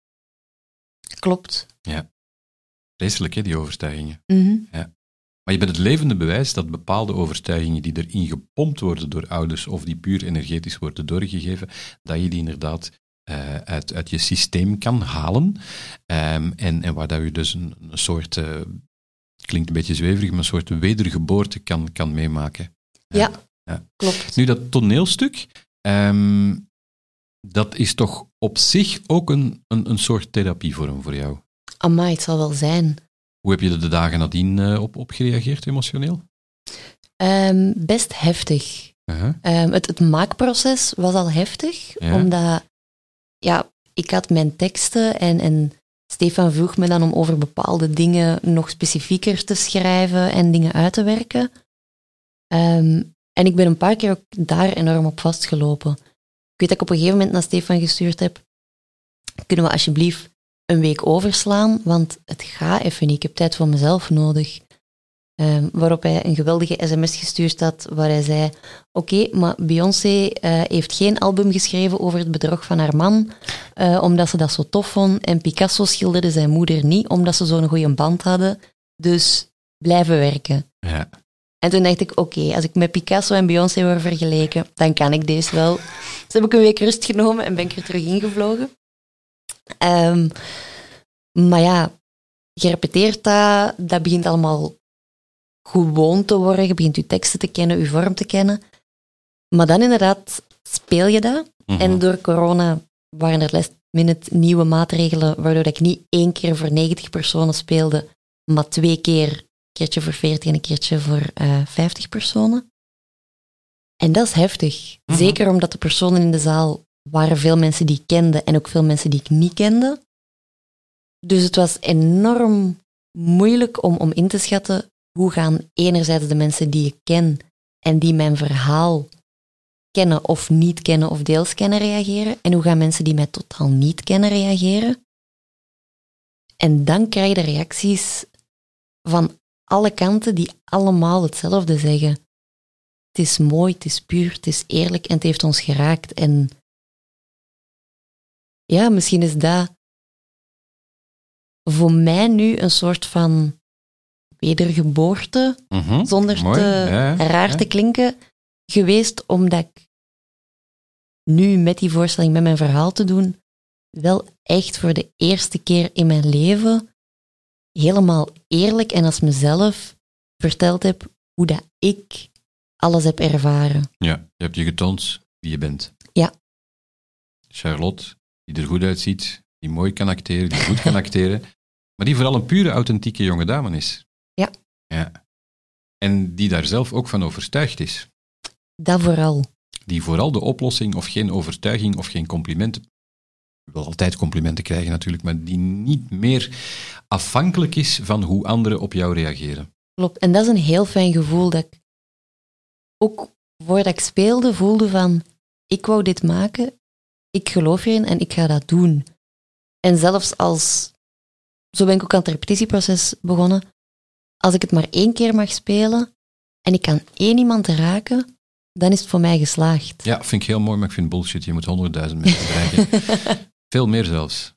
Klopt. Ja. Vreselijk, hè, die overtuigingen. Mm-hmm. Ja. Maar je bent het levende bewijs dat bepaalde overtuigingen die erin gepompt worden door ouders of die puur energetisch worden doorgegeven, dat je die inderdaad uh, uit, uit je systeem kan halen. Um, en, en waar dat je dus een, een soort, uh, klinkt een beetje zweverig, maar een soort wedergeboorte kan, kan meemaken. Ja, ja, ja, klopt. Nu, dat toneelstuk, um, dat is toch op zich ook een, een, een soort therapievorm voor jou? Amai, het zal wel zijn. Hoe heb je er de dagen nadien uh, op, op gereageerd, emotioneel? Um, best heftig. Uh-huh. Um, het, het maakproces was al heftig, ja. omdat ja, ik had mijn teksten en, en Stefan vroeg me dan om over bepaalde dingen nog specifieker te schrijven en dingen uit te werken. Um, en ik ben een paar keer ook daar enorm op vastgelopen. Ik weet dat ik op een gegeven moment naar Stefan gestuurd heb, kunnen we alsjeblieft een week overslaan, want het gaat even niet. Ik heb tijd voor mezelf nodig. Um, waarop hij een geweldige sms gestuurd had, waar hij zei, oké, okay, maar Beyoncé uh, heeft geen album geschreven over het bedrog van haar man, uh, omdat ze dat zo tof vond, en Picasso schilderde zijn moeder niet, omdat ze zo'n goede band hadden. Dus blijven werken. Ja. En toen dacht ik, oké, okay, als ik met Picasso en Beyoncé word vergeleken, dan kan ik deze wel. Dus heb ik een week rust genomen en ben ik er terug ingevlogen. Um, maar ja, je repeteert dat, dat begint allemaal gewoon te worden. Je begint je teksten te kennen, je vorm te kennen. Maar dan inderdaad speel je dat. Mm-hmm. En door corona waren er last minute nieuwe maatregelen, waardoor ik niet één keer voor negentig personen speelde, maar twee keer, een keertje voor veertig en een keertje voor uh, vijftig personen. En dat is heftig. Mm-hmm. Zeker omdat de personen in de zaal waren veel mensen die ik kende en ook veel mensen die ik niet kende. Dus het was enorm moeilijk om, om in te schatten hoe gaan enerzijds de mensen die ik ken en die mijn verhaal kennen of niet kennen of deels kennen reageren en hoe gaan mensen die mij totaal niet kennen reageren. En dan krijg je de reacties van alle kanten die allemaal hetzelfde zeggen. Het is mooi, het is puur, het is eerlijk en het heeft ons geraakt. En ja, misschien is dat voor mij nu een soort van wedergeboorte, mm-hmm, zonder mooi, te ja, raar ja. te klinken, geweest, omdat ik nu met die voorstelling, met mijn verhaal te doen, wel echt voor de eerste keer in mijn leven helemaal eerlijk en als mezelf verteld heb hoe dat ik alles heb ervaren. Ja, je hebt je getoond wie je bent. Ja. Charlotte, die er goed uitziet, die mooi kan acteren, die goed kan acteren, maar die vooral een pure, authentieke jonge dame is. Ja. Ja. En die daar zelf ook van overtuigd is. Dat vooral. Die vooral de oplossing of geen overtuiging of geen complimenten, je wil altijd complimenten krijgen natuurlijk, maar die niet meer afhankelijk is van hoe anderen op jou reageren. Klopt, en dat is een heel fijn gevoel dat ik ook voordat ik speelde voelde van, ik wou dit maken, ik geloof hierin en ik ga dat doen. En zelfs als, zo ben ik ook aan het repetitieproces begonnen, als ik het maar één keer mag spelen en ik kan één iemand raken, dan is het voor mij geslaagd. Ja, vind ik heel mooi, maar ik vind bullshit. Je moet honderdduizend mensen bereiken. Veel meer zelfs.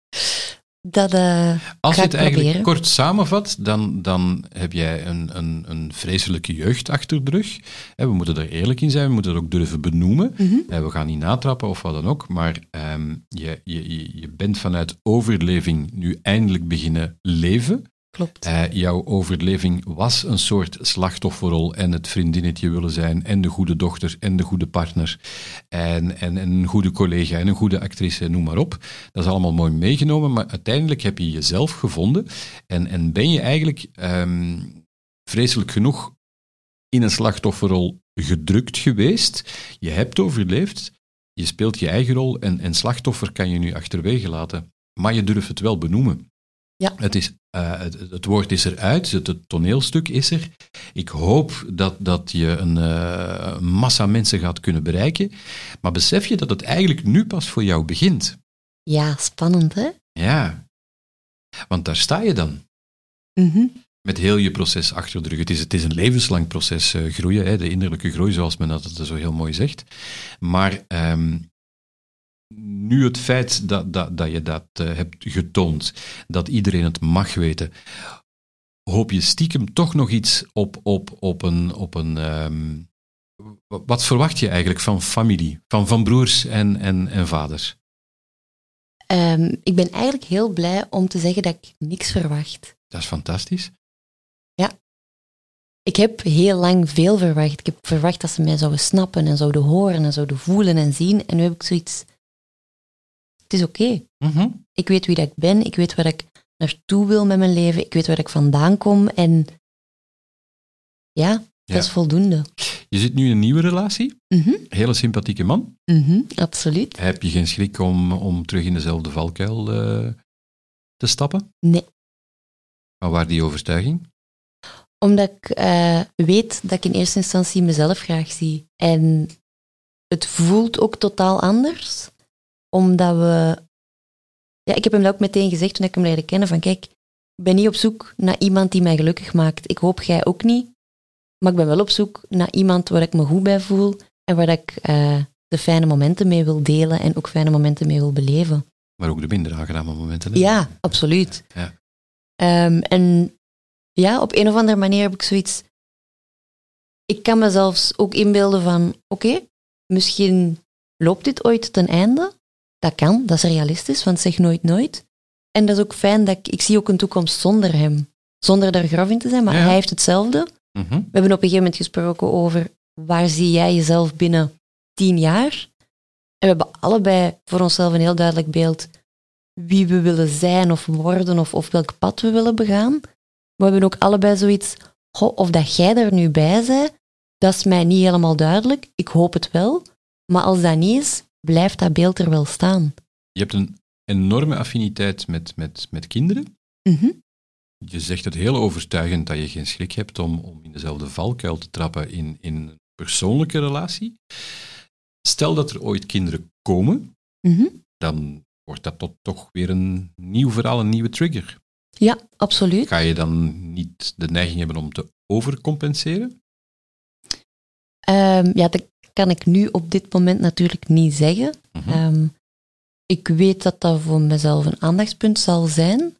Dat uh, Als je het proberen. eigenlijk kort samenvat, dan, dan heb jij een, een, een vreselijke jeugd achter de rug. We moeten er eerlijk in zijn, we moeten het ook durven benoemen. Mm-hmm. We gaan niet natrappen of wat dan ook, maar um, je, je, je bent vanuit overleving nu eindelijk beginnen leven. Klopt. Uh, jouw overleving was een soort slachtofferrol en het vriendinnetje willen zijn en de goede dochter en de goede partner en, en, en een goede collega en een goede actrice, noem maar op. Dat is allemaal mooi meegenomen, maar uiteindelijk heb je jezelf gevonden en, en ben je eigenlijk um, vreselijk genoeg in een slachtofferrol gedrukt geweest. Je hebt overleefd, je speelt je eigen rol en, en slachtoffer kan je nu achterwege laten, maar je durft het wel benoemen. Ja. Het, is, uh, het, het woord is eruit, het, het toneelstuk is er. Ik hoop dat, dat je een uh, massa mensen gaat kunnen bereiken. Maar besef je dat het eigenlijk nu pas voor jou begint? Ja, spannend hè? Ja, want daar sta je dan. Mm-hmm. Met heel je proces achter de rug. Het is, het is een levenslang proces uh, groeien, hè, de innerlijke groei, zoals men dat zo heel mooi zegt. Maar Um, nu het feit dat, dat, dat je dat uh, hebt getoond, dat iedereen het mag weten, hoop je stiekem toch nog iets op, op, op een... Op een um, wat verwacht je eigenlijk van familie, van, van broers en, en, en vaders? Um, ik ben eigenlijk heel blij om te zeggen dat ik niks verwacht. Dat is fantastisch. Ja. Ik heb heel lang veel verwacht. Ik heb verwacht dat ze mij zouden snappen en zouden horen en zouden voelen en zien. En nu heb ik zoiets... Het is oké. Okay. Mm-hmm. Ik weet wie dat ik ben, ik weet waar ik naartoe wil met mijn leven, ik weet waar ik vandaan kom en ja, dat ja. is voldoende. Je zit nu in een nieuwe relatie, mm-hmm. hele sympathieke man. Mm-hmm, absoluut. Heb je geen schrik om, om terug in dezelfde valkuil uh, te stappen? Nee. Maar waar die overtuiging? Omdat ik uh, weet dat ik in eerste instantie mezelf graag zie. En het voelt ook totaal anders. Omdat we... Ja, ik heb hem dat ook meteen gezegd toen ik hem leerde kennen, van kijk, ik ben niet op zoek naar iemand die mij gelukkig maakt. Ik hoop jij ook niet. Maar ik ben wel op zoek naar iemand waar ik me goed bij voel en waar ik uh, de fijne momenten mee wil delen en ook fijne momenten mee wil beleven. Maar ook de minder aangename momenten. Hè? Ja, absoluut. Ja. Um, en ja, op een of andere manier heb ik zoiets... Ik kan me zelfs ook inbeelden van, oké, okay, misschien loopt dit ooit ten einde. Dat kan, dat is realistisch, want zeg nooit nooit. En dat is ook fijn, dat ik, ik zie ook een toekomst zonder hem. Zonder daar grof in te zijn, maar ja. Hij heeft hetzelfde. Mm-hmm. We hebben op een gegeven moment gesproken over waar zie jij jezelf binnen tien jaar? En we hebben allebei voor onszelf een heel duidelijk beeld wie we willen zijn of worden of, of welk pad we willen begaan. Maar we hebben ook allebei zoiets, goh, of dat jij er nu bij bent, dat is mij niet helemaal duidelijk. Ik hoop het wel. Maar als dat niet is, blijft dat beeld er wel staan. Je hebt een enorme affiniteit met, met, met kinderen. Mm-hmm. Je zegt het heel overtuigend dat je geen schrik hebt om, om in dezelfde valkuil te trappen in, in een persoonlijke relatie. Stel dat er ooit kinderen komen, Mm-hmm. dan wordt dat tot toch weer een nieuw verhaal, een nieuwe trigger. Ja, absoluut. Ga je dan niet de neiging hebben om te overcompenseren? Um, ja, dat kan ik nu op dit moment natuurlijk niet zeggen. Mm-hmm. Um, ik weet dat dat voor mezelf een aandachtspunt zal zijn.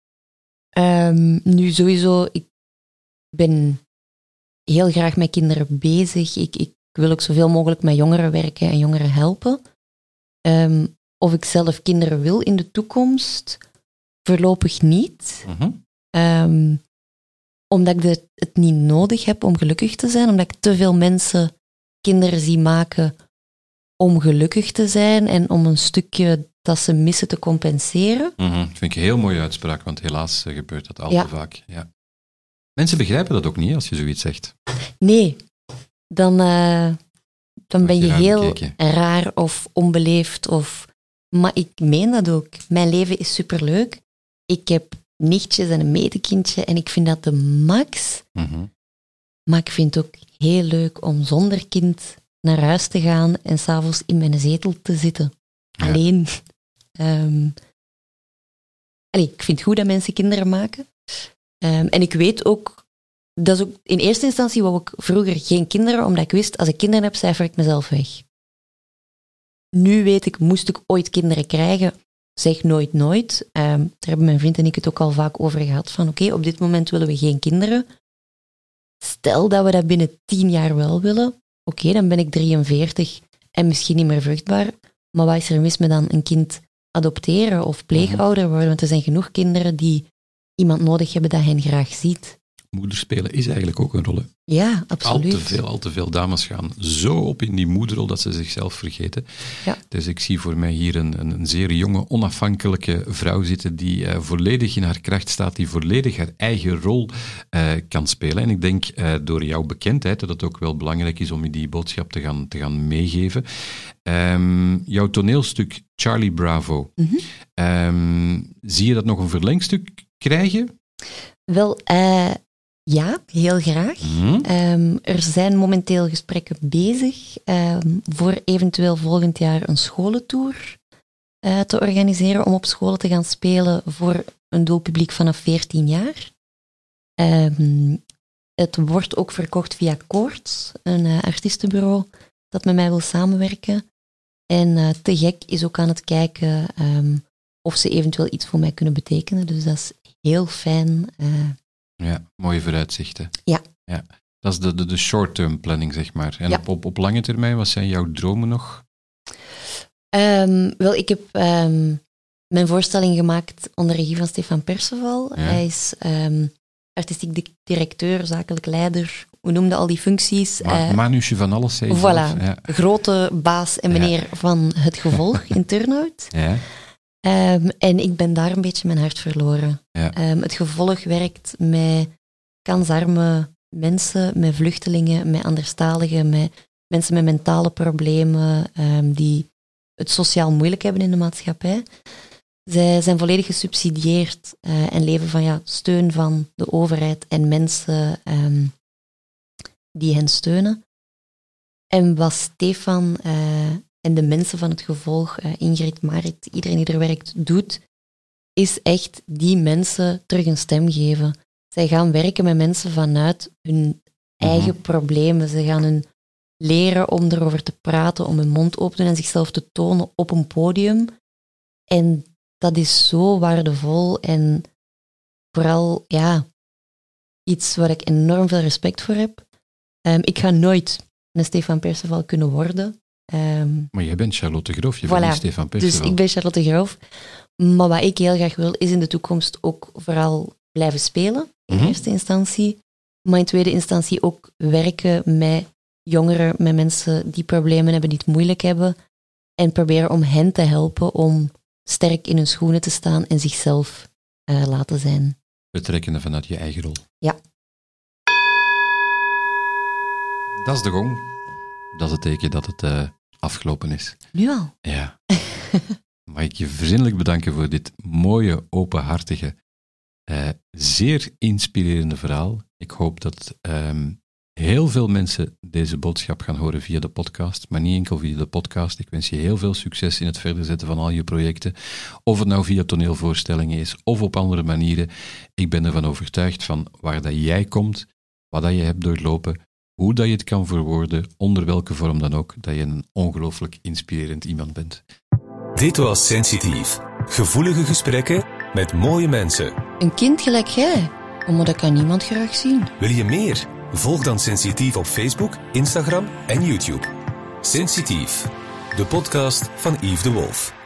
Um, nu sowieso, ik ben heel graag met kinderen bezig. Ik, ik wil ook zoveel mogelijk met jongeren werken en jongeren helpen. Um, of ik zelf kinderen wil in de toekomst, voorlopig niet. Mm-hmm. Um, omdat ik de, het niet nodig heb om gelukkig te zijn, omdat ik te veel mensen kinderen zie maken om gelukkig te zijn en om een stukje dat ze missen te compenseren. Mm-hmm. Dat vind ik een heel mooie uitspraak, want helaas uh, gebeurt dat al ja. te vaak. Ja. Mensen begrijpen dat ook niet als je zoiets zegt. Nee, dan, uh, dan ben je, je heel bekeken. raar of onbeleefd. Of... Maar ik meen dat ook. Mijn leven is superleuk. Ik heb nichtjes en een medekindje en ik vind dat de max. Mm-hmm. Maar ik vind het ook heel leuk om zonder kind naar huis te gaan en s'avonds in mijn zetel te zitten. Ja. Alleen. Um, allee, ik vind het goed dat mensen kinderen maken. Um, en ik weet ook, dat is ook, in eerste instantie wou ik vroeger geen kinderen, omdat ik wist, als ik kinderen heb, cijfer ik mezelf weg. Nu weet ik, moest ik ooit kinderen krijgen, zeg nooit nooit. Um, daar hebben mijn vriend en ik het ook al vaak over gehad, van oké, okay, op dit moment willen we geen kinderen. Stel dat we dat binnen tien jaar wel willen, oké, okay, dan ben ik drieënveertig en misschien niet meer vruchtbaar, maar wat is er mis met dan een kind adopteren of pleegouder worden? Want er zijn genoeg kinderen die iemand nodig hebben dat hen graag ziet. Moederspelen is eigenlijk ook een rol. Hè? Ja, absoluut. Al te veel, al te veel dames gaan zo op in die moederrol dat ze zichzelf vergeten. Ja. Dus ik zie voor mij hier een, een, een zeer jonge, onafhankelijke vrouw zitten die uh, volledig in haar kracht staat, die volledig haar eigen rol uh, kan spelen. En ik denk uh, door jouw bekendheid dat het ook wel belangrijk is om je die boodschap te gaan, te gaan meegeven. Um, jouw toneelstuk Charlie Bravo, Mm-hmm. um, zie je dat nog een verlengstuk krijgen? Wel, uh, ja, heel graag. Mm-hmm. Um, er zijn momenteel gesprekken bezig um, voor eventueel volgend jaar een scholentour uh, te organiseren om op scholen te gaan spelen voor een doelpubliek vanaf veertien jaar. Um, het wordt ook verkocht via Koorts, een uh, artiestenbureau dat met mij wil samenwerken. En uh, Te Gek is ook aan het kijken um, of ze eventueel iets voor mij kunnen betekenen. Dus dat is heel fijn. Uh, Ja, mooie vooruitzichten. Ja. ja. Dat is de, de, de short-term planning, zeg maar. En ja. op, op, op lange termijn, wat zijn jouw dromen nog? Um, wel, ik heb um, mijn voorstelling gemaakt onder regie van Stefan Perceval. Ja. Hij is um, artistiek directeur, zakelijk leider, hoe noemde al die functies? Ma- uh, Manusje van alles, zei je Voilà, ja. grote baas en meneer ja. van het gevolg in Turnhout. Ja. Um, en ik ben daar een beetje mijn hart verloren. Ja. Um, het gevolg werkt met kansarme mensen, met vluchtelingen, met anderstaligen, met mensen met mentale problemen, um, die het sociaal moeilijk hebben in de maatschappij. Zij zijn volledig gesubsidieerd uh, en leven van ja, steun van de overheid en mensen um, die hen steunen. En wat Stefan uh, en de mensen van het gevolg, uh, Ingrid, Marit, iedereen die er werkt, doet, is echt die mensen terug een stem geven. Zij gaan werken met mensen vanuit hun eigen mm-hmm. problemen. Ze gaan hun leren om erover te praten, om hun mond open te doen en zichzelf te tonen op een podium. En dat is zo waardevol en vooral, ja, iets waar ik enorm veel respect voor heb. Um, ik ga nooit een Stefan Perceval kunnen worden. Um, maar jij bent Charlotte Groof, je voilà, bent niet Stefan Perceval. Dus ik ben Charlotte Groof. Maar wat ik heel graag wil, is in de toekomst ook vooral blijven spelen, in mm-hmm. eerste instantie. Maar in tweede instantie ook werken met jongeren, met mensen die problemen hebben, die het moeilijk hebben. En proberen om hen te helpen om sterk in hun schoenen te staan en zichzelf uh, laten zijn. Vertrekkende vanuit je eigen rol. Ja. Dat is de gong. Dat is het teken dat het uh, afgelopen is. Nu al? Ja. Mag ik je vriendelijk bedanken voor dit mooie, openhartige, uh, zeer inspirerende verhaal. Ik hoop dat um, heel veel mensen deze boodschap gaan horen via de podcast, maar niet enkel via de podcast. Ik wens je heel veel succes in het verder zetten van al je projecten. Of het nou via toneelvoorstellingen is, of op andere manieren. Ik ben ervan overtuigd van waar dat jij komt, wat dat je hebt doorlopen, hoe dat je het kan verwoorden, onder welke vorm dan ook, dat je een ongelooflijk inspirerend iemand bent. Dit was Sensitief. Gevoelige gesprekken met mooie mensen. Een kind gelijk jij, maar dat kan niemand graag zien. Wil je meer? Volg dan Sensitief op Facebook, Instagram en YouTube. Sensitief, de podcast van Yves de Wolf.